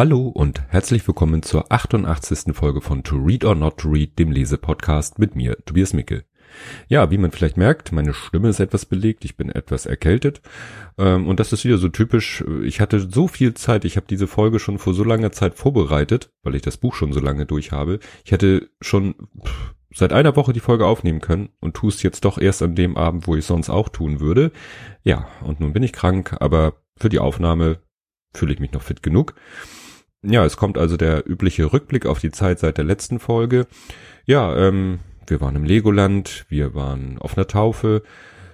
Hallo und herzlich willkommen zur 88. Folge von To Read or Not to Read, dem Lesepodcast mit mir, Tobias Micke. Ja, wie man vielleicht merkt, meine Stimme ist etwas belegt, ich bin etwas erkältet und das ist wieder so typisch. Ich hatte so viel Zeit, ich habe diese Folge schon vor so langer Zeit vorbereitet, weil ich das Buch schon so lange durch habe. Ich hätte schon seit einer Woche die Folge aufnehmen können und tue es jetzt doch erst an dem Abend, wo ich sonst auch tun würde. Ja, und nun bin ich krank, aber für die Aufnahme fühle ich mich noch fit genug. Ja, es kommt also der übliche Rückblick auf die Zeit seit der letzten Folge. Ja, wir waren im Legoland, wir waren auf einer Taufe.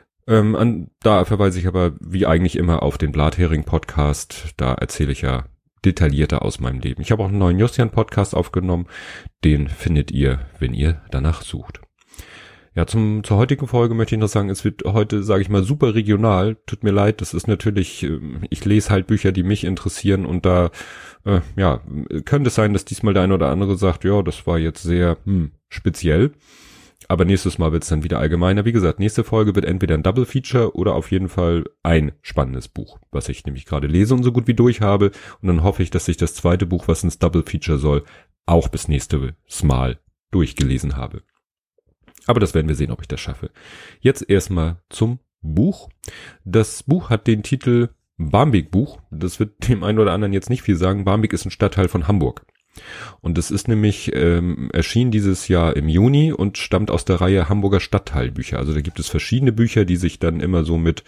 Da verweise ich aber wie eigentlich immer auf den Blathering-Podcast. Da erzähle ich ja detaillierter aus meinem Leben. Ich habe auch einen neuen Jostian-Podcast aufgenommen. Den findet ihr, wenn ihr danach sucht. Ja, zur heutigen Folge möchte ich noch sagen, es wird heute, sage ich mal, super regional. Tut mir leid, das ist natürlich, ich lese halt Bücher, die mich interessieren und da, könnte es sein, dass diesmal der eine oder andere sagt, ja, das war jetzt sehr speziell. Aber nächstes Mal wird es dann wieder allgemeiner. Wie gesagt, nächste Folge wird entweder ein Double Feature oder auf jeden Fall ein spannendes Buch, was ich nämlich gerade lese und so gut wie durch habe. Und dann hoffe ich, dass ich das zweite Buch, was ins Double Feature soll, auch bis nächstes Mal durchgelesen habe. Aber das werden wir sehen, ob ich das schaffe. Jetzt erstmal zum Buch. Das Buch hat den Titel Barmbek-Buch. Das wird dem einen oder anderen jetzt nicht viel sagen. Barmbek ist ein Stadtteil von Hamburg. Und es ist nämlich erschienen dieses Jahr im Juni und stammt aus der Reihe Hamburger Stadtteilbücher. Also da gibt es verschiedene Bücher, die sich dann immer so mit,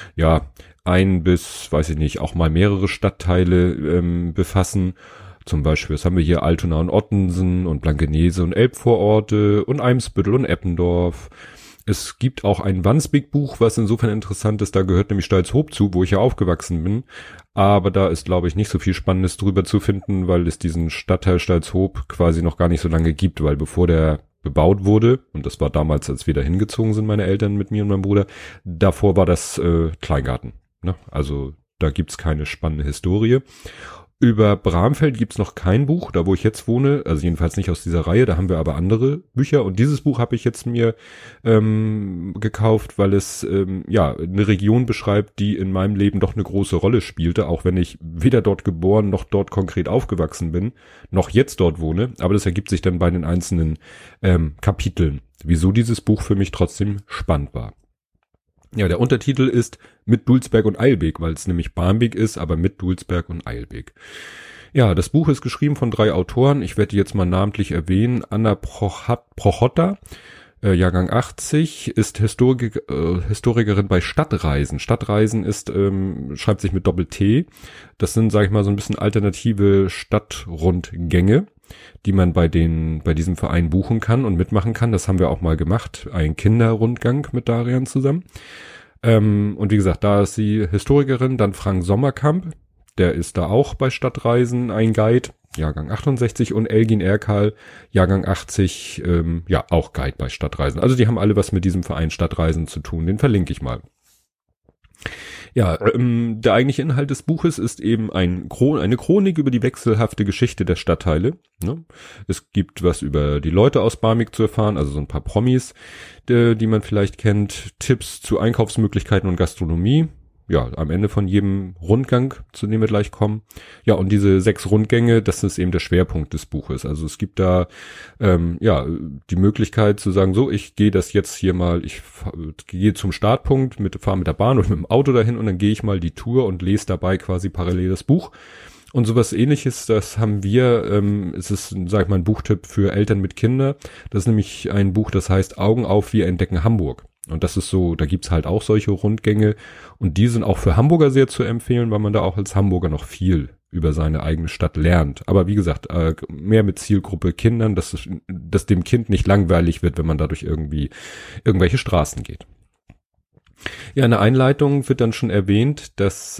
ein bis, weiß ich nicht, auch mal mehrere Stadtteile befassen. Zum Beispiel, was haben wir hier? Altona und Ottensen und Blankenese und Elbvororte und Eimsbüttel und Eppendorf. Es gibt auch ein Wandsbek-Buch, was insofern interessant ist. Da gehört nämlich Stalzhoop zu, wo ich ja aufgewachsen bin. Aber da ist, glaube ich, nicht so viel Spannendes drüber zu finden, weil es diesen Stadtteil Stalzhoop quasi noch gar nicht so lange gibt, weil bevor der bebaut wurde, und das war damals, als wir da hingezogen sind, meine Eltern mit mir und meinem Bruder, davor war das Kleingarten. Ne? Also da gibt's keine spannende Historie. Über Bramfeld gibt's noch kein Buch, da wo ich jetzt wohne, also jedenfalls nicht aus dieser Reihe, da haben wir aber andere Bücher und dieses Buch habe ich jetzt mir gekauft, weil es eine Region beschreibt, die in meinem Leben doch eine große Rolle spielte, auch wenn ich weder dort geboren noch dort konkret aufgewachsen bin, noch jetzt dort wohne, aber das ergibt sich dann bei den einzelnen Kapiteln, wieso dieses Buch für mich trotzdem spannend war. Ja, der Untertitel ist Mit Dulsberg und Eilbek, weil es nämlich Barmbek ist, aber mit Dulsberg und Eilbek. Ja, das Buch ist geschrieben von 3 Autoren. Ich werde die jetzt mal namentlich erwähnen. Anna Prochotta, Jahrgang 80, ist Historikerin bei Stadtreisen. Stadtreisen ist, schreibt sich mit Doppel-T. Das sind, sage ich mal, so ein bisschen alternative Stadtrundgänge, die man bei diesem Verein buchen kann und mitmachen kann. Das haben wir auch mal gemacht. Ein Kinderrundgang mit Darian zusammen. Und wie gesagt, da ist sie Historikerin. Dann Frank Sommerkamp, der ist da auch bei Stadtreisen ein Guide, Jahrgang 68. Und Elgin Erkal, Jahrgang 80, auch Guide bei Stadtreisen. Also die haben alle was mit diesem Verein Stadtreisen zu tun. Den verlinke ich mal. Ja, der eigentliche Inhalt des Buches ist eben eine Chronik über die wechselhafte Geschichte der Stadtteile. Ne? Es gibt was über die Leute aus Barmbek zu erfahren, also so ein paar Promis, die man vielleicht kennt, Tipps zu Einkaufsmöglichkeiten und Gastronomie. Ja, am Ende von jedem Rundgang, zu dem wir gleich kommen. Ja, und diese 6 Rundgänge, das ist eben der Schwerpunkt des Buches. Also es gibt da die Möglichkeit zu sagen, so, ich gehe das jetzt hier mal, ich gehe zum Startpunkt, fahre mit der Bahn oder mit dem Auto dahin und dann gehe ich mal die Tour und lese dabei quasi parallel das Buch. Und sowas Ähnliches, das haben wir, es ist, sag ich mal, ein Buchtipp für Eltern mit Kindern. Das ist nämlich ein Buch, das heißt Augen auf, wir entdecken Hamburg. Und das ist so, da gibt's halt auch solche Rundgänge und die sind auch für Hamburger sehr zu empfehlen, weil man da auch als Hamburger noch viel über seine eigene Stadt lernt. Aber wie gesagt, mehr mit Zielgruppe Kindern, dass dem Kind nicht langweilig wird, wenn man dadurch irgendwelche Straßen geht. Ja, in der Einleitung wird dann schon erwähnt, dass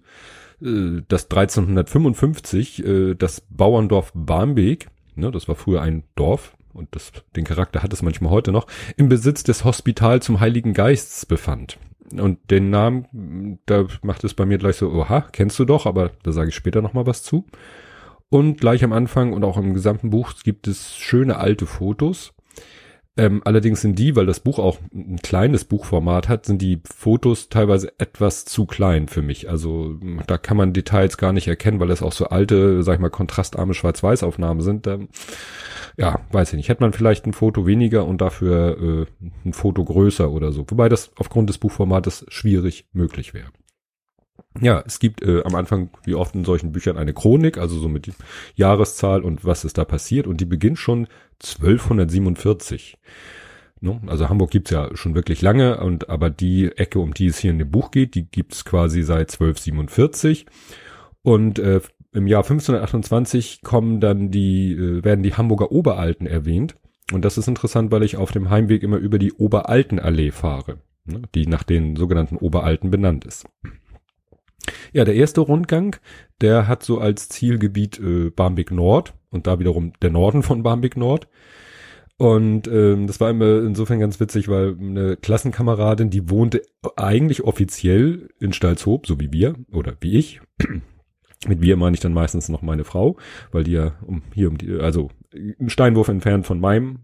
1355 das Bauerndorf Barmbek, ne, das war früher ein Dorf, und den Charakter hat es manchmal heute noch, im Besitz des Hospitals zum Heiligen Geistes befand. Und den Namen, da macht es bei mir gleich so, oha, kennst du doch, aber da sage ich später nochmal was zu. Und gleich am Anfang und auch im gesamten Buch gibt es schöne alte Fotos. Allerdings sind die, weil das Buch auch ein kleines Buchformat hat, sind die Fotos teilweise etwas zu klein für mich. Also da kann man Details gar nicht erkennen, weil das auch so alte, sag ich mal, kontrastarme Schwarz-Weiß-Aufnahmen sind. Ja, weiß ich nicht. Hätte man vielleicht ein Foto weniger und dafür ein Foto größer oder so. Wobei das aufgrund des Buchformates schwierig möglich wäre. Ja, es gibt am Anfang, wie oft in solchen Büchern, eine Chronik, also so mit Jahreszahl und was ist da passiert. Und die beginnt schon 1247. Ne? Also Hamburg gibt's ja schon wirklich lange, aber die Ecke, um die es hier in dem Buch geht, die gibt's quasi seit 1247. Und im Jahr 1528 werden die Hamburger Oberalten erwähnt. Und das ist interessant, weil ich auf dem Heimweg immer über die Oberaltenallee fahre, ne? Die nach den sogenannten Oberalten benannt ist. Ja, der erste Rundgang, der hat so als Zielgebiet Barmbek Nord und da wiederum der Norden von Barmbek Nord. Und das war immer insofern ganz witzig, weil eine Klassenkameradin, die wohnte eigentlich offiziell in Stalzhoop, so wie wir oder wie ich. Mit wir meine ich dann meistens noch meine Frau, weil die ja also einen Steinwurf entfernt von meinem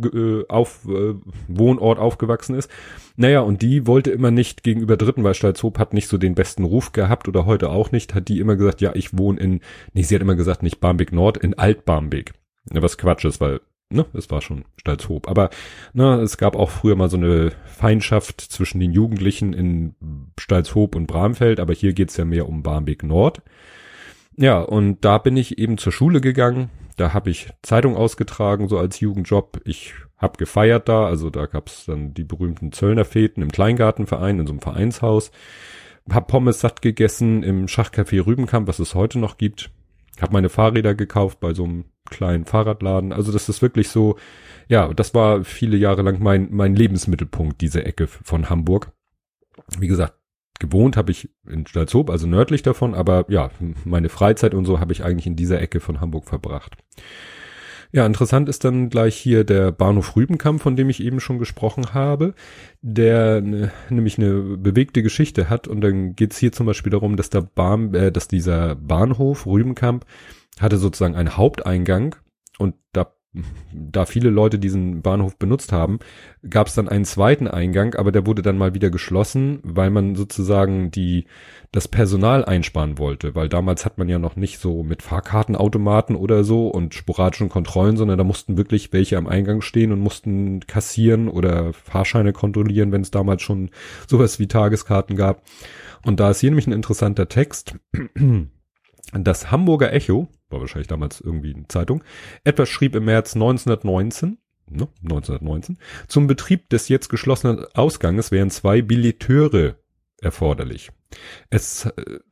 Wohnort aufgewachsen ist. Naja, und die wollte immer nicht gegenüber Dritten, weil Stalzhoop hat nicht so den besten Ruf gehabt oder heute auch nicht, hat die immer gesagt, ja, ich wohne sie hat immer gesagt, nicht Barmbek Nord, in Alt-Barmbek. Ja, was Quatsch ist, weil, es war schon Stalzhoop. Aber, es gab auch früher mal so eine Feindschaft zwischen den Jugendlichen in Stalzhoop und Bramfeld, aber hier geht's ja mehr um Barmbek Nord. Ja, und da bin ich eben zur Schule gegangen. Da habe ich Zeitung ausgetragen, so als Jugendjob. Ich habe gefeiert da, also da gab's dann die berühmten Zöllnerfeten im Kleingartenverein, in so einem Vereinshaus. Hab Pommes satt gegessen im Schachcafé Rübenkamp, was es heute noch gibt. Hab meine Fahrräder gekauft bei so einem kleinen Fahrradladen. Also das ist wirklich so, ja, das war viele Jahre lang mein Lebensmittelpunkt, diese Ecke von Hamburg. Wie gesagt, gewohnt habe ich in Stalzhoop, also nördlich davon, aber ja, meine Freizeit und so habe ich eigentlich in dieser Ecke von Hamburg verbracht. Ja, interessant ist dann gleich hier der Bahnhof Rübenkamp, von dem ich eben schon gesprochen habe, der nämlich eine bewegte Geschichte hat. Und dann geht's hier zum Beispiel darum, dass dass dieser Bahnhof Rübenkamp hatte sozusagen einen Haupteingang und da viele Leute diesen Bahnhof benutzt haben, gab es dann einen zweiten Eingang, aber der wurde dann mal wieder geschlossen, weil man sozusagen das Personal einsparen wollte, weil damals hat man ja noch nicht so mit Fahrkartenautomaten oder so und sporadischen Kontrollen, sondern da mussten wirklich welche am Eingang stehen und mussten kassieren oder Fahrscheine kontrollieren, wenn es damals schon sowas wie Tageskarten gab. Und da ist hier nämlich ein interessanter Text. Das Hamburger Echo, war wahrscheinlich damals irgendwie eine Zeitung, etwas schrieb im März 1919, zum Betrieb des jetzt geschlossenen Ausganges wären 2 Billeteure erforderlich. Es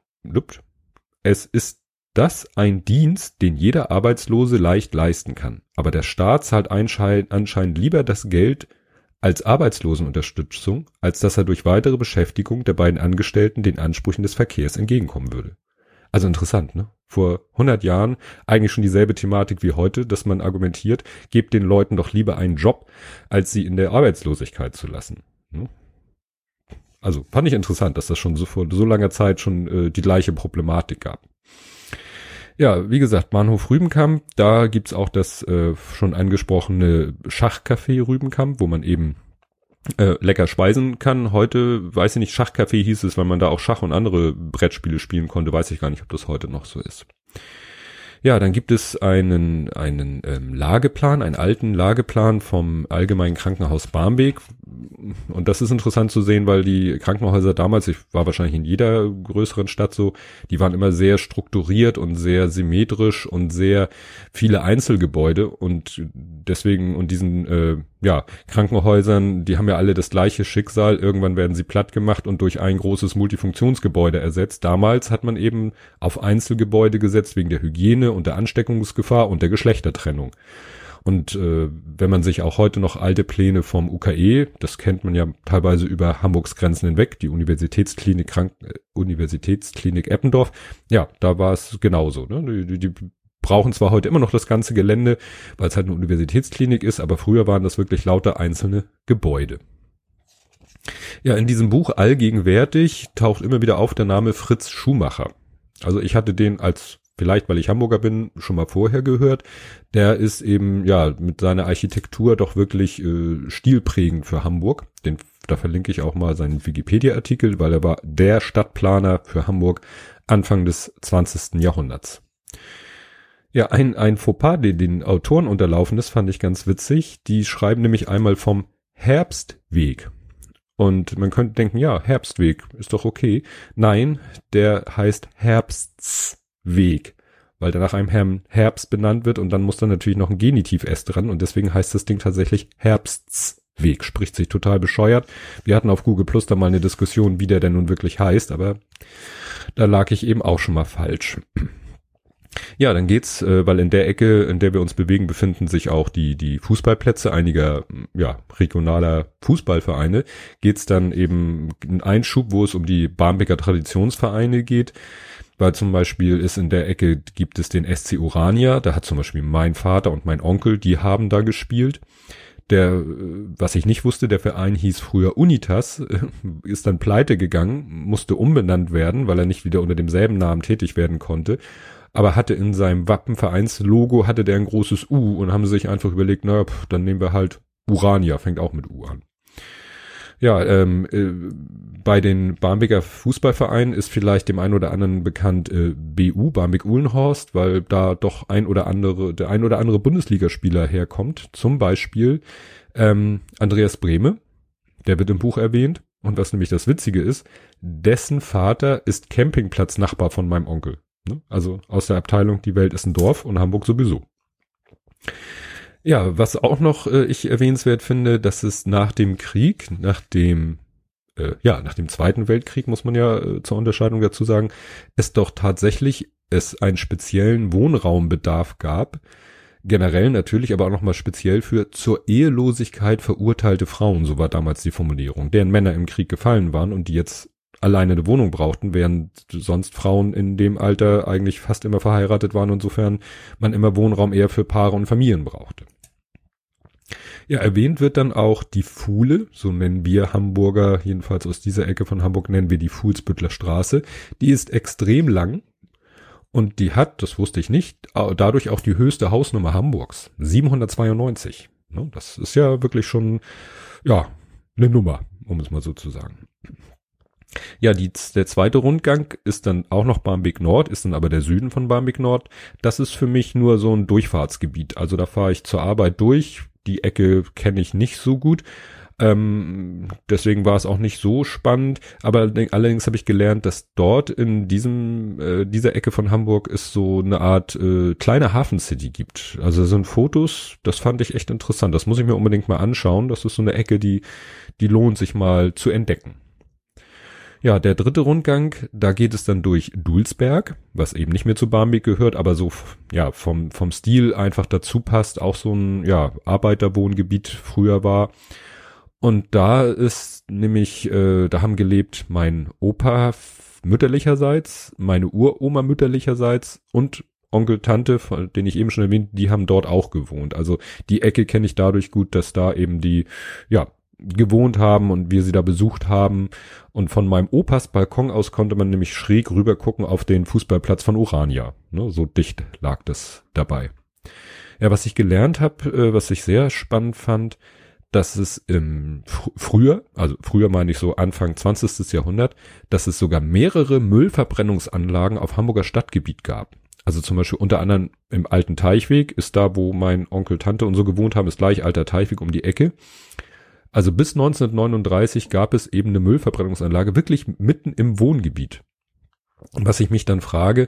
ist das ein Dienst, den jeder Arbeitslose leicht leisten kann. Aber der Staat zahlt anscheinend lieber das Geld als Arbeitslosenunterstützung, als dass er durch weitere Beschäftigung der beiden Angestellten den Ansprüchen des Verkehrs entgegenkommen würde. Also interessant, ne? Vor 100 Jahren eigentlich schon dieselbe Thematik wie heute, dass man argumentiert, gebt den Leuten doch lieber einen Job, als sie in der Arbeitslosigkeit zu lassen. Ne? Also fand ich interessant, dass das schon vor so langer Zeit schon die gleiche Problematik gab. Ja, wie gesagt, Bahnhof Rübenkamp, da gibt's auch das schon angesprochene Schachcafé Rübenkamp, wo man eben lecker speisen kann. Heute, weiß ich nicht, Schachcafé hieß es, weil man da auch Schach und andere Brettspiele spielen konnte. Weiß ich gar nicht, ob das heute noch so ist. Ja, dann gibt es einen Lageplan, einen alten Lageplan vom Allgemeinen Krankenhaus Barmbek. Und das ist interessant zu sehen, weil die Krankenhäuser damals, ich war wahrscheinlich in jeder größeren Stadt so, die waren immer sehr strukturiert und sehr symmetrisch und sehr viele Einzelgebäude und deswegen und diesen Krankenhäusern, die haben ja alle das gleiche Schicksal. Irgendwann werden sie platt gemacht und durch ein großes Multifunktionsgebäude ersetzt. Damals hat man eben auf Einzelgebäude gesetzt wegen der Hygiene und der Ansteckungsgefahr und der Geschlechtertrennung. Und wenn man sich auch heute noch alte Pläne vom UKE, das kennt man ja teilweise über Hamburgs Grenzen hinweg, die Universitätsklinik Eppendorf, ja, da war es genauso. Ne? Die brauchen zwar heute immer noch das ganze Gelände, weil es halt eine Universitätsklinik ist, aber früher waren das wirklich lauter einzelne Gebäude. Ja, in diesem Buch allgegenwärtig taucht immer wieder auf der Name Fritz Schumacher. Also ich hatte den als vielleicht, weil ich Hamburger bin, schon mal vorher gehört. Der ist eben, ja, mit seiner Architektur doch wirklich stilprägend für Hamburg. Da verlinke ich auch mal seinen Wikipedia-Artikel, weil er war der Stadtplaner für Hamburg Anfang des 20. Jahrhunderts. Ja, ein Fauxpas, den Autoren unterlaufen ist, fand ich ganz witzig. Die schreiben nämlich einmal vom Herbstweg. Und man könnte denken, ja, Herbstweg ist doch okay. Nein, der heißt Herbstsweg, weil der nach einem Herrn Herbst benannt wird und dann muss dann natürlich noch ein Genitiv-S dran und deswegen heißt das Ding tatsächlich Herbstsweg. Spricht sich total bescheuert. Wir hatten auf Google Plus da mal eine Diskussion, wie der denn nun wirklich heißt, aber da lag ich eben auch schon mal falsch. Ja, dann geht's, weil in der Ecke, in der wir uns bewegen, befinden sich auch die Fußballplätze einiger, ja, regionaler Fußballvereine. Geht's dann eben einen Einschub, wo es um die Barmbeker Traditionsvereine geht, weil zum Beispiel ist in der Ecke, gibt es den SC Urania, da hat zum Beispiel mein Vater und mein Onkel, die haben da gespielt. Was ich nicht wusste, der Verein hieß früher Unitas, ist dann pleite gegangen, musste umbenannt werden, weil er nicht wieder unter demselben Namen tätig werden konnte. Aber hatte in seinem Wappenvereinslogo hatte der ein großes U und haben sich einfach überlegt, na, dann nehmen wir halt Urania, fängt auch mit U an. Ja, bei den Barmbeker Fußballvereinen ist vielleicht dem einen oder anderen bekannt BU, Barmbek-Uhlenhorst, weil da doch der ein oder andere Bundesligaspieler herkommt. Zum Beispiel Andreas Brehme, der wird im Buch erwähnt. Und was nämlich das Witzige ist, dessen Vater ist Campingplatznachbar von meinem Onkel. Also aus der Abteilung Die Welt ist ein Dorf und Hamburg sowieso. Ja, was auch noch ich erwähnenswert finde, dass es nach dem Krieg, nach dem Zweiten Weltkrieg, muss man ja zur Unterscheidung dazu sagen, es doch tatsächlich einen speziellen Wohnraumbedarf gab, generell natürlich, aber auch nochmal speziell für zur Ehelosigkeit verurteilte Frauen, so war damals die Formulierung, deren Männer im Krieg gefallen waren und die jetzt alleine eine Wohnung brauchten, während sonst Frauen in dem Alter eigentlich fast immer verheiratet waren, insofern man immer Wohnraum eher für Paare und Familien brauchte. Ja, erwähnt wird dann auch die Fuhle, so nennen wir Hamburger, jedenfalls aus dieser Ecke von Hamburg nennen wir die Fuhlsbüttler Straße. Die ist extrem lang und die hat, das wusste ich nicht, dadurch auch die höchste Hausnummer Hamburgs, 792. Das ist ja wirklich schon, ja, eine Nummer, um es mal so zu sagen. Ja, der zweite Rundgang ist dann auch noch Barmbek Nord, ist dann aber der Süden von Barmbek Nord. Das ist für mich nur so ein Durchfahrtsgebiet. Also da fahre ich zur Arbeit durch. Die Ecke kenne ich nicht so gut. Deswegen war es auch nicht so spannend. Aber allerdings habe ich gelernt, dass dort in dieser Ecke von Hamburg es so eine Art kleine Hafencity gibt. Also das sind Fotos, das fand ich echt interessant. Das muss ich mir unbedingt mal anschauen. Das ist so eine Ecke, die lohnt sich mal zu entdecken. Ja, der dritte Rundgang, da geht es dann durch Dulsberg, was eben nicht mehr zu Barmbek gehört, aber so, ja, vom Stil einfach dazu passt, auch so ein, ja, Arbeiterwohngebiet früher war. Und da ist nämlich, da haben gelebt mein Opa mütterlicherseits, meine Uroma mütterlicherseits und Onkel, Tante, den ich eben schon erwähnt, die haben dort auch gewohnt. Also die Ecke kenne ich dadurch gut, dass da eben die, ja, gewohnt haben und wir sie da besucht haben. Und von meinem Opas Balkon aus konnte man nämlich schräg rüber gucken auf den Fußballplatz von Urania. Ne, so dicht lag das dabei. Ja, was ich gelernt habe, was ich sehr spannend fand, dass es früher meine ich so Anfang 20. Jahrhundert, dass es sogar mehrere Müllverbrennungsanlagen auf Hamburger Stadtgebiet gab. Also zum Beispiel unter anderem im Alten Teichweg ist da, wo mein Onkel, Tante und so gewohnt haben, ist gleich Alter Teichweg um die Ecke. Also bis 1939 gab es eben eine Müllverbrennungsanlage wirklich mitten im Wohngebiet. Und was ich mich dann frage,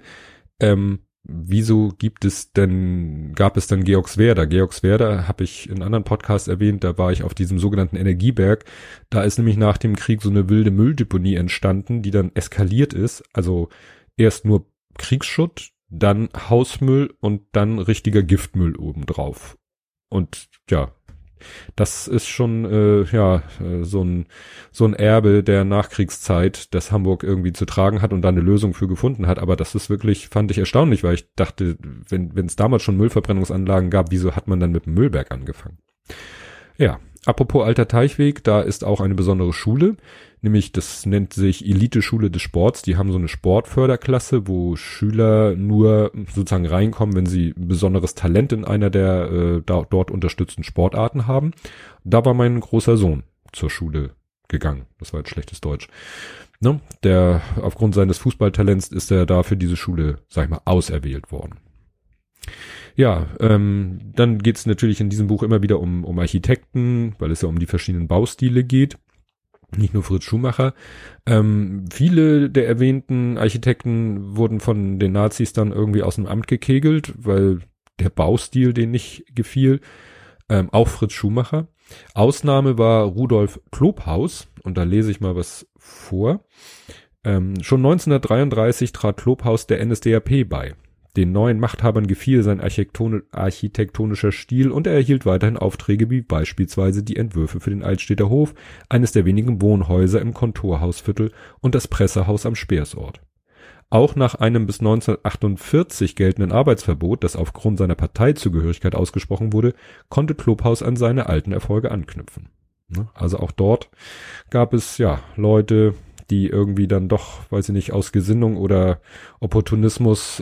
wieso gab es dann Georgswerda? Georgswerda habe ich in anderen Podcasts erwähnt, da war ich auf diesem sogenannten Energieberg. Da ist nämlich nach dem Krieg so eine wilde Mülldeponie entstanden, die dann eskaliert ist. Also erst nur Kriegsschutt, dann Hausmüll und dann richtiger Giftmüll obendrauf. Und ja, das ist schon so ein Erbe der Nachkriegszeit, das Hamburg irgendwie zu tragen hat und da eine Lösung für gefunden hat. Aber das ist wirklich, fand ich erstaunlich, weil ich dachte, wenn es damals schon Müllverbrennungsanlagen gab, wieso hat man dann mit dem Müllberg angefangen? Ja, Apropos Alter Teichweg, da ist auch eine besondere Schule, nämlich das nennt sich Elite-Schule des Sports. Die haben so eine Sportförderklasse, wo Schüler nur sozusagen reinkommen, wenn sie ein besonderes Talent in einer der dort unterstützten Sportarten haben. Da war mein großer Sohn zur Schule gegangen. Das war jetzt schlechtes Deutsch. Ne? Der aufgrund seines Fußballtalents ist er da für diese Schule, sag ich mal, auserwählt worden. Ja, dann geht's natürlich in diesem Buch immer wieder um Architekten, weil es ja um die verschiedenen Baustile geht. Nicht nur Fritz Schumacher. Viele der erwähnten Architekten wurden von den Nazis dann irgendwie aus dem Amt gekegelt, weil der Baustil denen nicht gefiel. Auch Fritz Schumacher. Ausnahme war Rudolf Klophaus, und da lese ich mal was vor. Schon 1933 trat Klophaus der NSDAP bei. Den neuen Machthabern gefiel sein architektonischer Stil und er erhielt weiterhin Aufträge wie beispielsweise die Entwürfe für den Altstädter Hof, eines der wenigen Wohnhäuser im Kontorhausviertel und das Pressehaus am Speersort. Auch nach einem bis 1948 geltenden Arbeitsverbot, das aufgrund seiner Parteizugehörigkeit ausgesprochen wurde, konnte Klophaus an seine alten Erfolge anknüpfen. Also auch dort gab es ja Leute, die irgendwie dann doch, weiß ich nicht, aus Gesinnung oder Opportunismus,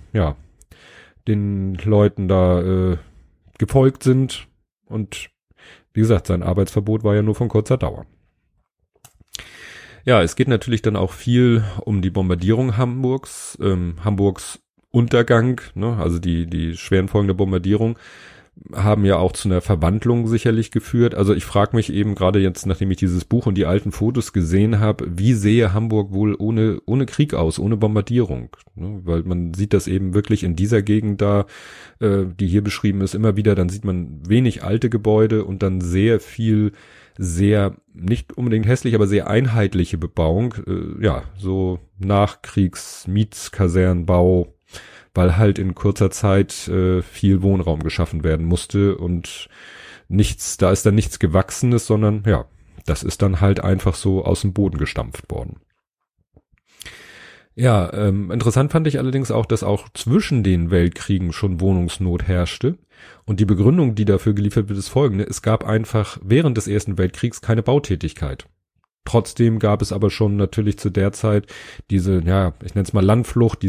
den Leuten da gefolgt sind. Und wie gesagt, sein Arbeitsverbot war ja nur von kurzer Dauer. Ja, es geht natürlich dann auch viel um die Bombardierung Hamburgs, Hamburgs Untergang, ne? Also die schweren Folgen der Bombardierung haben ja auch zu einer Verwandlung sicherlich geführt. Also ich frage mich eben gerade jetzt, nachdem ich dieses Buch und die alten Fotos gesehen habe, wie sehe Hamburg wohl ohne Krieg aus, ohne Bombardierung? Ne? Weil man sieht das eben wirklich in dieser Gegend da, die hier beschrieben ist, immer wieder, dann sieht man wenig alte Gebäude und dann sehr viel, sehr, nicht unbedingt hässlich, aber sehr einheitliche Bebauung, so Nachkriegs-Mietskasernenbau, weil halt in kurzer Zeit viel Wohnraum geschaffen werden musste und da ist dann nichts Gewachsenes, sondern ja, das ist dann halt einfach so aus dem Boden gestampft worden. Ja, interessant fand ich allerdings auch, dass auch zwischen den Weltkriegen schon Wohnungsnot herrschte und die Begründung, die dafür geliefert wird, ist folgende: Es gab einfach während des Ersten Weltkriegs keine Bautätigkeit. Trotzdem gab es aber schon natürlich zu der Zeit diese, ich nenne es mal Landflucht,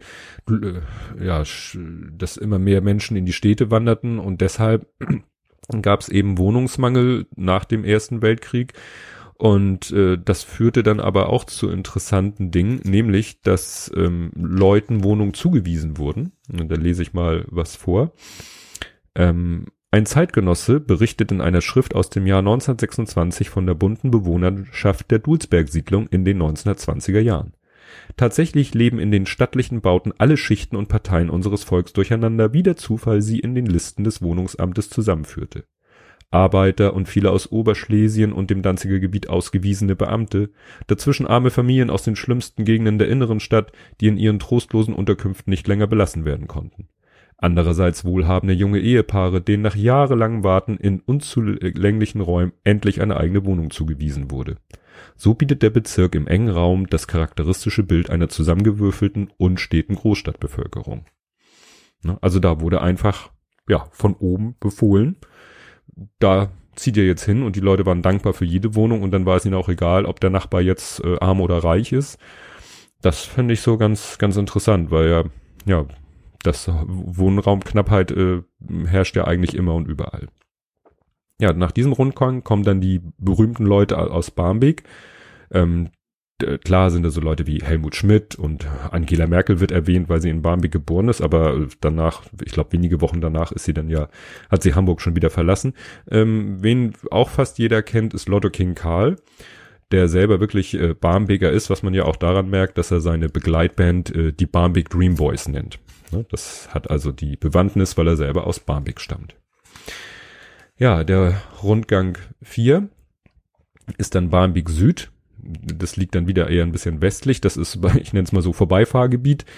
dass immer mehr Menschen in die Städte wanderten und deshalb gab es eben Wohnungsmangel nach dem Ersten Weltkrieg und das führte dann aber auch zu interessanten Dingen, nämlich, dass Leuten Wohnungen zugewiesen wurden. Und da lese ich mal was vor. Ein Zeitgenosse berichtet in einer Schrift aus dem Jahr 1926 von der bunten Bewohnerschaft der Dulsberg-Siedlung in den 1920er Jahren. Tatsächlich leben in den stattlichen Bauten alle Schichten und Parteien unseres Volks durcheinander, wie der Zufall sie in den Listen des Wohnungsamtes zusammenführte. Arbeiter und viele aus Oberschlesien und dem Danziger Gebiet ausgewiesene Beamte, dazwischen arme Familien aus den schlimmsten Gegenden der inneren Stadt, die in ihren trostlosen Unterkünften nicht länger belassen werden konnten. Andererseits wohlhabende junge Ehepaare, denen nach jahrelangem Warten in unzulänglichen Räumen endlich eine eigene Wohnung zugewiesen wurde. So bietet der Bezirk im engen Raum das charakteristische Bild einer zusammengewürfelten, unsteten Großstadtbevölkerung. Also da wurde einfach, von oben befohlen, da zieht ihr jetzt hin, und die Leute waren dankbar für jede Wohnung und dann war es ihnen auch egal, ob der Nachbar jetzt arm oder reich ist. Das finde ich so ganz, ganz interessant, weil das Wohnraumknappheit herrscht ja eigentlich immer und überall. Ja, nach diesem Rundgang kommen dann die berühmten Leute aus Barmbek. Klar sind da so Leute wie Helmut Schmidt und Angela Merkel wird erwähnt, weil sie in Barmbek geboren ist, aber danach, ich glaube wenige Wochen danach hat sie Hamburg schon wieder verlassen. Wen auch fast jeder kennt, ist Lotto King Karl, der selber wirklich Barmbeker ist, was man ja auch daran merkt, dass er seine Begleitband die Barmbek Dream Boys nennt. Das hat also die Bewandtnis, weil er selber aus Barmbek stammt. Ja, der Rundgang 4 ist dann Barmbek Süd. Das liegt dann wieder eher ein bisschen westlich. Das ist, ich nenne es mal so, Vorbeifahrgebiet.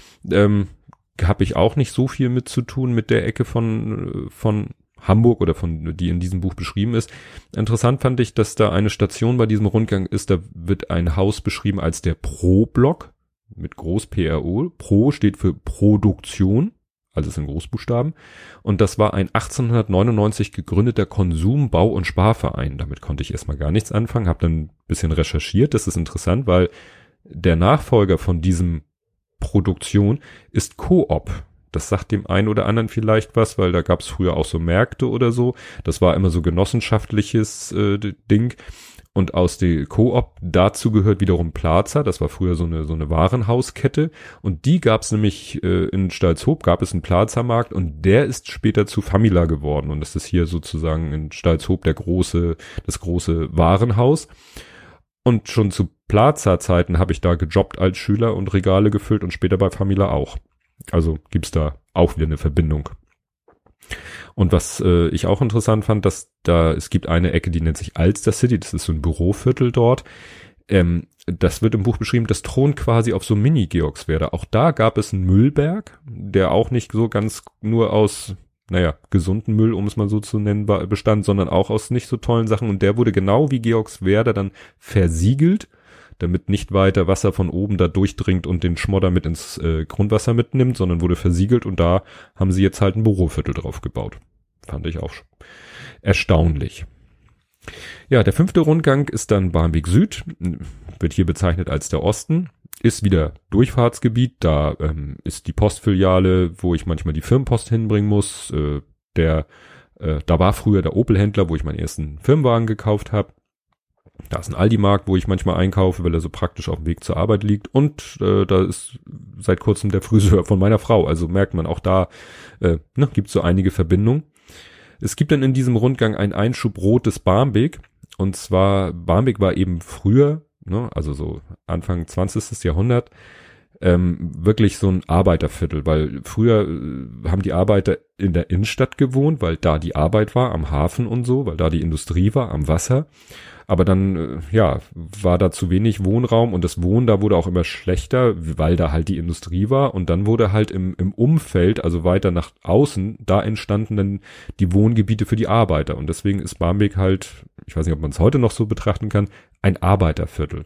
Habe ich auch nicht so viel mit zu tun mit der Ecke von Hamburg oder die in diesem Buch beschrieben ist. Interessant fand ich, dass da eine Station bei diesem Rundgang ist. Da wird ein Haus beschrieben als der Pro-Block mit Groß PRO. Pro steht für Produktion, alles in Großbuchstaben. Und das war ein 1899 gegründeter Konsum-, Bau- und Sparverein. Damit konnte ich erstmal gar nichts anfangen, habe dann ein bisschen recherchiert. Das ist interessant, weil der Nachfolger von diesem Produktion ist Coop. Das sagt dem einen oder anderen vielleicht was, weil da gab es früher auch so Märkte oder so. Das war immer so genossenschaftliches Ding. Und aus der Coop dazu gehört wiederum Plaza. Das war früher so eine Warenhauskette. Und die gab es nämlich in Stalzhoop, gab es einen Plaza-Markt und der ist später zu Famila geworden. Und das ist hier sozusagen in Stalzhoop das große Warenhaus. Und schon zu Plaza-Zeiten habe ich da gejobbt als Schüler und Regale gefüllt und später bei Famila auch. Also gibt's da auch wieder eine Verbindung. Und was ich auch interessant fand, es gibt eine Ecke, die nennt sich Alster City, das ist so ein Büroviertel dort. Das wird im Buch beschrieben, das thront quasi auf so Mini-Georgswerder. Auch da gab es einen Müllberg, der auch nicht so ganz nur aus, gesunden Müll, um es mal so zu nennen, bestand, sondern auch aus nicht so tollen Sachen. Und der wurde genau wie Georgswerder dann versiegelt, damit nicht weiter Wasser von oben da durchdringt und den Schmodder mit ins Grundwasser mitnimmt, sondern wurde versiegelt und da haben sie jetzt halt ein Büroviertel drauf gebaut. Fand ich auch erstaunlich. Ja, der 5. Rundgang ist dann Barmbek Süd, wird hier bezeichnet als der Osten, ist wieder Durchfahrtsgebiet, da ist die Postfiliale, wo ich manchmal die Firmenpost hinbringen muss, da war früher der Opel-Händler, wo ich meinen ersten Firmenwagen gekauft habe. Da ist ein Aldi-Markt, wo ich manchmal einkaufe, weil er so praktisch auf dem Weg zur Arbeit liegt. Und da ist seit kurzem der Friseur von meiner Frau. Also merkt man auch da, gibt so einige Verbindungen. Es gibt dann in diesem Rundgang einen Einschub rotes Barmbek. Und zwar, Barmbek war eben früher, also so Anfang 20. Jahrhundert, wirklich so ein Arbeiterviertel, weil früher haben die Arbeiter in der Innenstadt gewohnt, weil da die Arbeit war, am Hafen und so, weil da die Industrie war, am Wasser. Aber dann, war da zu wenig Wohnraum und das Wohnen da wurde auch immer schlechter, weil da halt die Industrie war und dann wurde halt im Umfeld, also weiter nach außen, da entstanden dann die Wohngebiete für die Arbeiter und deswegen ist Barmbek halt, ich weiß nicht, ob man es heute noch so betrachten kann, ein Arbeiterviertel.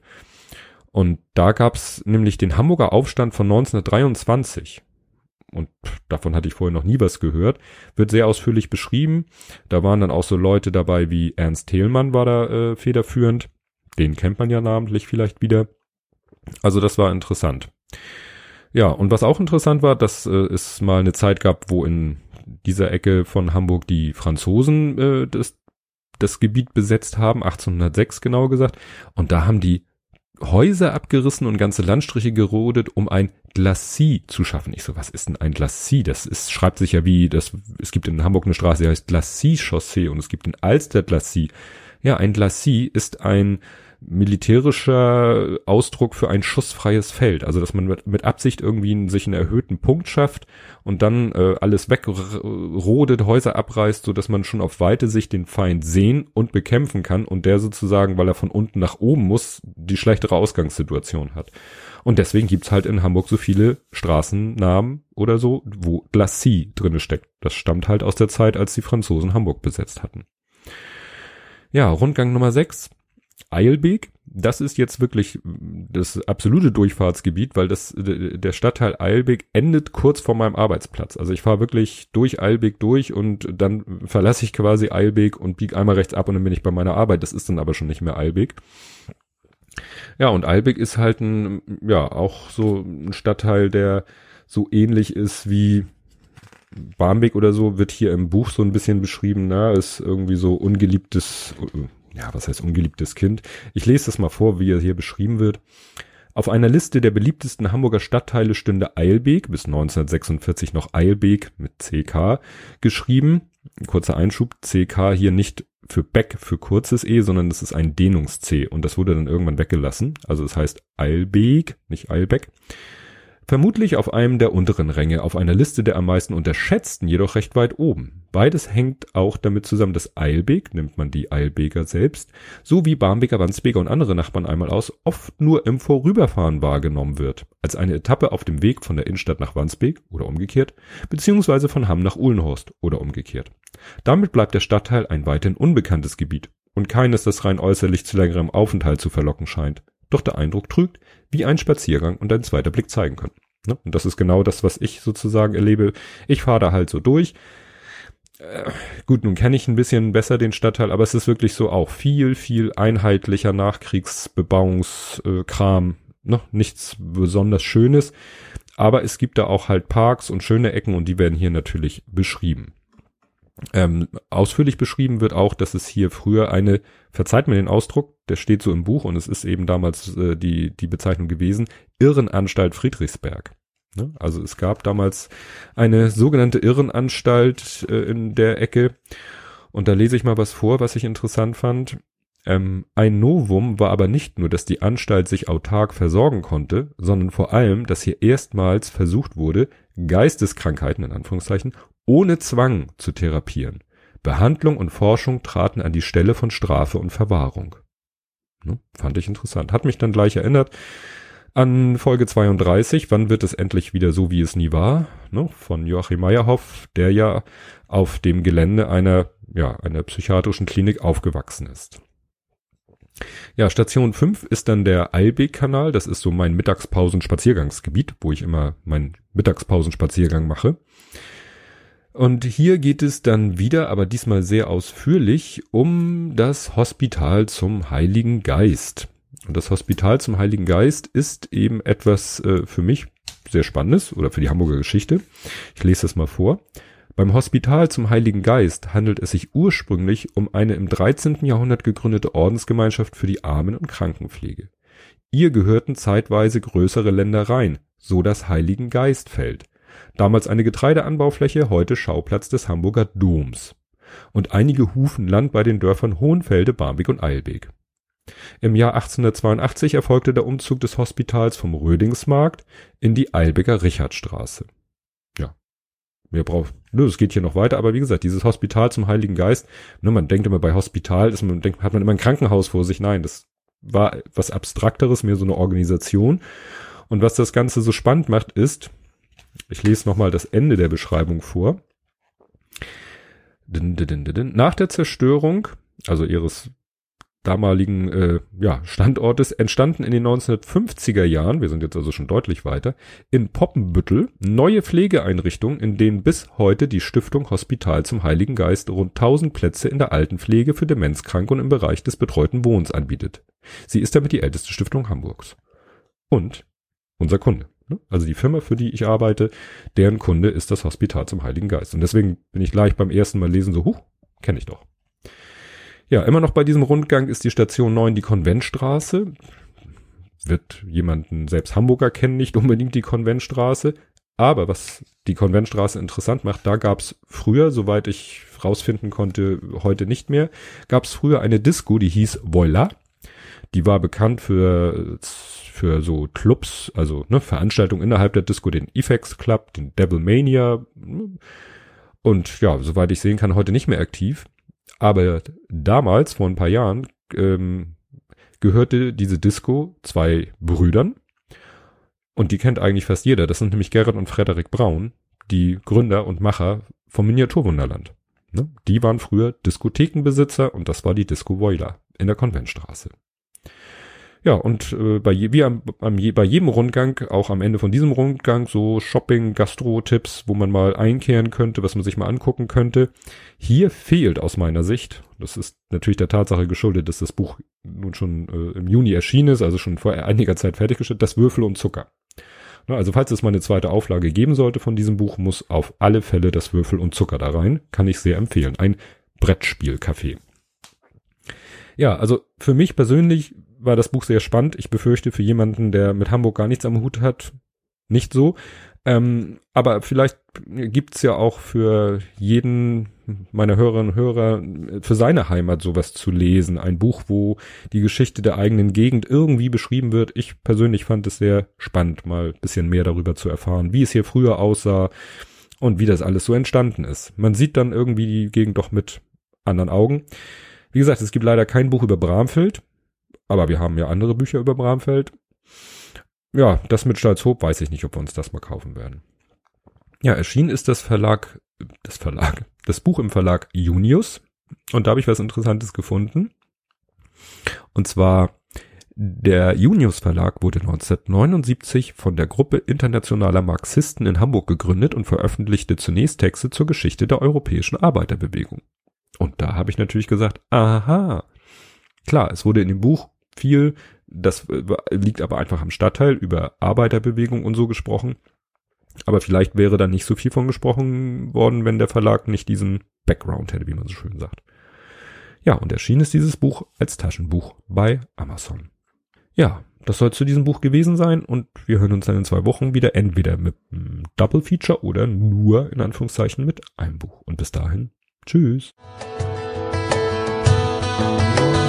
Und da gab's nämlich den Hamburger Aufstand von 1923. Und davon hatte ich vorher noch nie was gehört, wird sehr ausführlich beschrieben. Da waren dann auch so Leute dabei wie Ernst Thälmann war da federführend. Den kennt man ja namentlich vielleicht wieder. Also das war interessant. Ja, und was auch interessant war, dass es mal eine Zeit gab, wo in dieser Ecke von Hamburg die Franzosen das Gebiet besetzt haben, 1806 genau gesagt. Und da haben die Häuser abgerissen und ganze Landstriche gerodet, um ein Glacis zu schaffen. Ich so, was ist denn ein Glacis? Schreibt sich ja es gibt in Hamburg eine Straße, die heißt Glacis-Chaussee und es gibt in Alster Glacis. Ja, ein Glacis ist ein militärischer Ausdruck für ein schussfreies Feld. Also, dass man mit Absicht irgendwie sich einen erhöhten Punkt schafft und dann alles wegrodet, Häuser abreißt, so dass man schon auf weite Sicht den Feind sehen und bekämpfen kann und der sozusagen, weil er von unten nach oben muss, die schlechtere Ausgangssituation hat. Und deswegen gibt's halt in Hamburg so viele Straßennamen oder so, wo Glacis drinne steckt. Das stammt halt aus der Zeit, als die Franzosen Hamburg besetzt hatten. Ja, Rundgang Nummer 6. Eilbek, das ist jetzt wirklich das absolute Durchfahrtsgebiet, weil der Stadtteil Eilbek endet kurz vor meinem Arbeitsplatz. Also ich fahre wirklich durch Eilbek durch und dann verlasse ich quasi Eilbek und biege einmal rechts ab und dann bin ich bei meiner Arbeit. Das ist dann aber schon nicht mehr Eilbek. Ja, und Eilbek ist halt auch so ein Stadtteil, der so ähnlich ist wie Barmbek oder so, wird hier im Buch so ein bisschen beschrieben, ist irgendwie so ungeliebtes, was heißt ungeliebtes Kind? Ich lese das mal vor, wie er hier beschrieben wird. Auf einer Liste der beliebtesten Hamburger Stadtteile stünde Eilbek, bis 1946 noch Eilbek mit CK geschrieben. Ein kurzer Einschub, CK hier nicht für Beck, für kurzes E, sondern das ist ein Dehnungs-C und das wurde dann irgendwann weggelassen. Also es heißt Eilbek, nicht Eilbek. Vermutlich auf einem der unteren Ränge, auf einer Liste der am meisten unterschätzten, jedoch recht weit oben. Beides hängt auch damit zusammen, dass Eilbek, nimmt man die Eilbeker selbst, sowie Barmbeker, Wandsbeker und andere Nachbarn einmal aus, oft nur im Vorüberfahren wahrgenommen wird, als eine Etappe auf dem Weg von der Innenstadt nach Wandsbek oder umgekehrt, beziehungsweise von Hamm nach Uhlenhorst oder umgekehrt. Damit bleibt der Stadtteil ein weiterhin unbekanntes Gebiet und keines, das rein äußerlich zu längerem Aufenthalt zu verlocken scheint. Doch der Eindruck trügt, wie ein Spaziergang und ein zweiter Blick zeigen können. Ne? Und das ist genau das, was ich sozusagen erlebe. Ich fahre da halt so durch. Gut, nun kenne ich ein bisschen besser den Stadtteil, aber es ist wirklich so auch viel, viel einheitlicher Nachkriegsbebauungskram. Ne? Nichts besonders Schönes. Aber es gibt da auch halt Parks und schöne Ecken und die werden hier natürlich beschrieben. Ausführlich beschrieben wird auch, dass es hier früher verzeiht mir den Ausdruck, der steht so im Buch und es ist eben damals die Bezeichnung gewesen, Irrenanstalt Friedrichsberg. Ne? Also es gab damals eine sogenannte Irrenanstalt in der Ecke und da lese ich mal was vor, was ich interessant fand. Ein Novum war aber nicht nur, dass die Anstalt sich autark versorgen konnte, sondern vor allem, dass hier erstmals versucht wurde, Geisteskrankheiten in Anführungszeichen ohne Zwang zu therapieren. Behandlung und Forschung traten an die Stelle von Strafe und Verwahrung. Ne? Fand ich interessant. Hat mich dann gleich erinnert an Folge 32, wann wird es endlich wieder so, wie es nie war, ne? Von Joachim Meyerhoff, der ja auf dem Gelände einer psychiatrischen Klinik aufgewachsen ist. Ja, Station 5 ist dann der Eilbeek-Kanal. Das ist so mein Mittagspausenspaziergangsgebiet, wo ich immer meinen Mittagspausenspaziergang mache. Und hier geht es dann wieder, aber diesmal sehr ausführlich, um das Hospital zum Heiligen Geist. Und das Hospital zum Heiligen Geist ist eben etwas für mich sehr Spannendes oder für die Hamburger Geschichte. Ich lese das mal vor. Beim Hospital zum Heiligen Geist handelt es sich ursprünglich um eine im 13. Jahrhundert gegründete Ordensgemeinschaft für die Armen- und Krankenpflege. Ihr gehörten zeitweise größere Ländereien, so das Heiligengeistfeld. Damals eine Getreideanbaufläche, heute Schauplatz des Hamburger Doms. Und einige Hufen Land bei den Dörfern Hohenfelde, Barmbek und Eilbek. Im Jahr 1882 erfolgte der Umzug des Hospitals vom Rödingsmarkt in die Eilbeker Richardstraße. Ja, es geht hier noch weiter, aber wie gesagt, dieses Hospital zum Heiligen Geist, ne, man denkt immer bei Hospital, hat man immer ein Krankenhaus vor sich. Nein, das war was Abstrakteres, mehr so eine Organisation. Und was das Ganze so spannend macht, ist, ich lese nochmal das Ende der Beschreibung vor. Nach der Zerstörung, also ihres damaligen Standortes, entstanden in den 1950er Jahren, wir sind jetzt also schon deutlich weiter, in Poppenbüttel neue Pflegeeinrichtungen, in denen bis heute die Stiftung Hospital zum Heiligen Geist rund 1000 Plätze in der Altenpflege für Demenzkranke und im Bereich des betreuten Wohnens anbietet. Sie ist damit die älteste Stiftung Hamburgs. Und unser Kunde. Also die Firma, für die ich arbeite, deren Kunde ist das Hospital zum Heiligen Geist. Und deswegen bin ich gleich beim ersten Mal lesen so, kenne ich doch. Ja, immer noch bei diesem Rundgang ist die Station 9 die Konventstraße. Wird jemanden selbst Hamburger kennen, nicht unbedingt die Konventstraße. Aber was die Konventstraße interessant macht, da gab's früher, soweit ich rausfinden konnte, heute nicht mehr, gab's früher eine Disco, die hieß Voila. Die war bekannt für so Clubs, also Veranstaltungen innerhalb der Disco, den Effects Club, den Devilmania. Und ja, soweit ich sehen kann, heute nicht mehr aktiv. Aber damals, vor ein paar Jahren, gehörte diese Disco 2 Brüdern. Und die kennt eigentlich fast jeder. Das sind nämlich Gerrit und Frederik Braun, die Gründer und Macher vom Miniaturwunderland. Ne? Die waren früher Diskothekenbesitzer und das war die Disco Voila in der Konventstraße. Ja, und bei jedem Rundgang, auch am Ende von diesem Rundgang, so Shopping, Gastro-Tipps, wo man mal einkehren könnte, was man sich mal angucken könnte. Hier fehlt aus meiner Sicht, das ist natürlich der Tatsache geschuldet, dass das Buch nun schon im Juni erschienen ist, also schon vor einiger Zeit fertiggestellt, das Würfel und Zucker. Also falls es mal eine zweite Auflage geben sollte von diesem Buch, muss auf alle Fälle das Würfel und Zucker da rein. Kann ich sehr empfehlen. Ein Brettspiel-Café. Ja, also für mich persönlich war das Buch sehr spannend. Ich befürchte für jemanden, der mit Hamburg gar nichts am Hut hat, nicht so. Aber vielleicht gibt's ja auch für jeden meiner Hörerinnen und Hörer für seine Heimat sowas zu lesen. Ein Buch, wo die Geschichte der eigenen Gegend irgendwie beschrieben wird. Ich persönlich fand es sehr spannend, mal ein bisschen mehr darüber zu erfahren, wie es hier früher aussah und wie das alles so entstanden ist. Man sieht dann irgendwie die Gegend doch mit anderen Augen. Wie gesagt, es gibt leider kein Buch über Bramfeld, aber wir haben ja andere Bücher über Bramfeld. Ja, das mit Stalzhoop weiß ich nicht, ob wir uns das mal kaufen werden. Ja, erschienen ist das Buch im Verlag Junius. Und da habe ich was Interessantes gefunden. Und zwar Der Junius Verlag wurde 1979 von der Gruppe internationaler Marxisten in Hamburg gegründet und veröffentlichte zunächst Texte zur Geschichte der europäischen Arbeiterbewegung. Und da habe ich natürlich gesagt, aha, klar, es wurde in dem Buch viel, das liegt aber einfach am Stadtteil, über Arbeiterbewegung und so gesprochen. Aber vielleicht wäre da nicht so viel von gesprochen worden, wenn der Verlag nicht diesen Background hätte, wie man so schön sagt. Ja, und erschienen ist dieses Buch als Taschenbuch bei Amazon. Ja, das soll zu diesem Buch gewesen sein und wir hören uns dann in 2 Wochen wieder, entweder mit einem Double Feature oder nur in Anführungszeichen mit einem Buch. Und bis dahin, tschüss.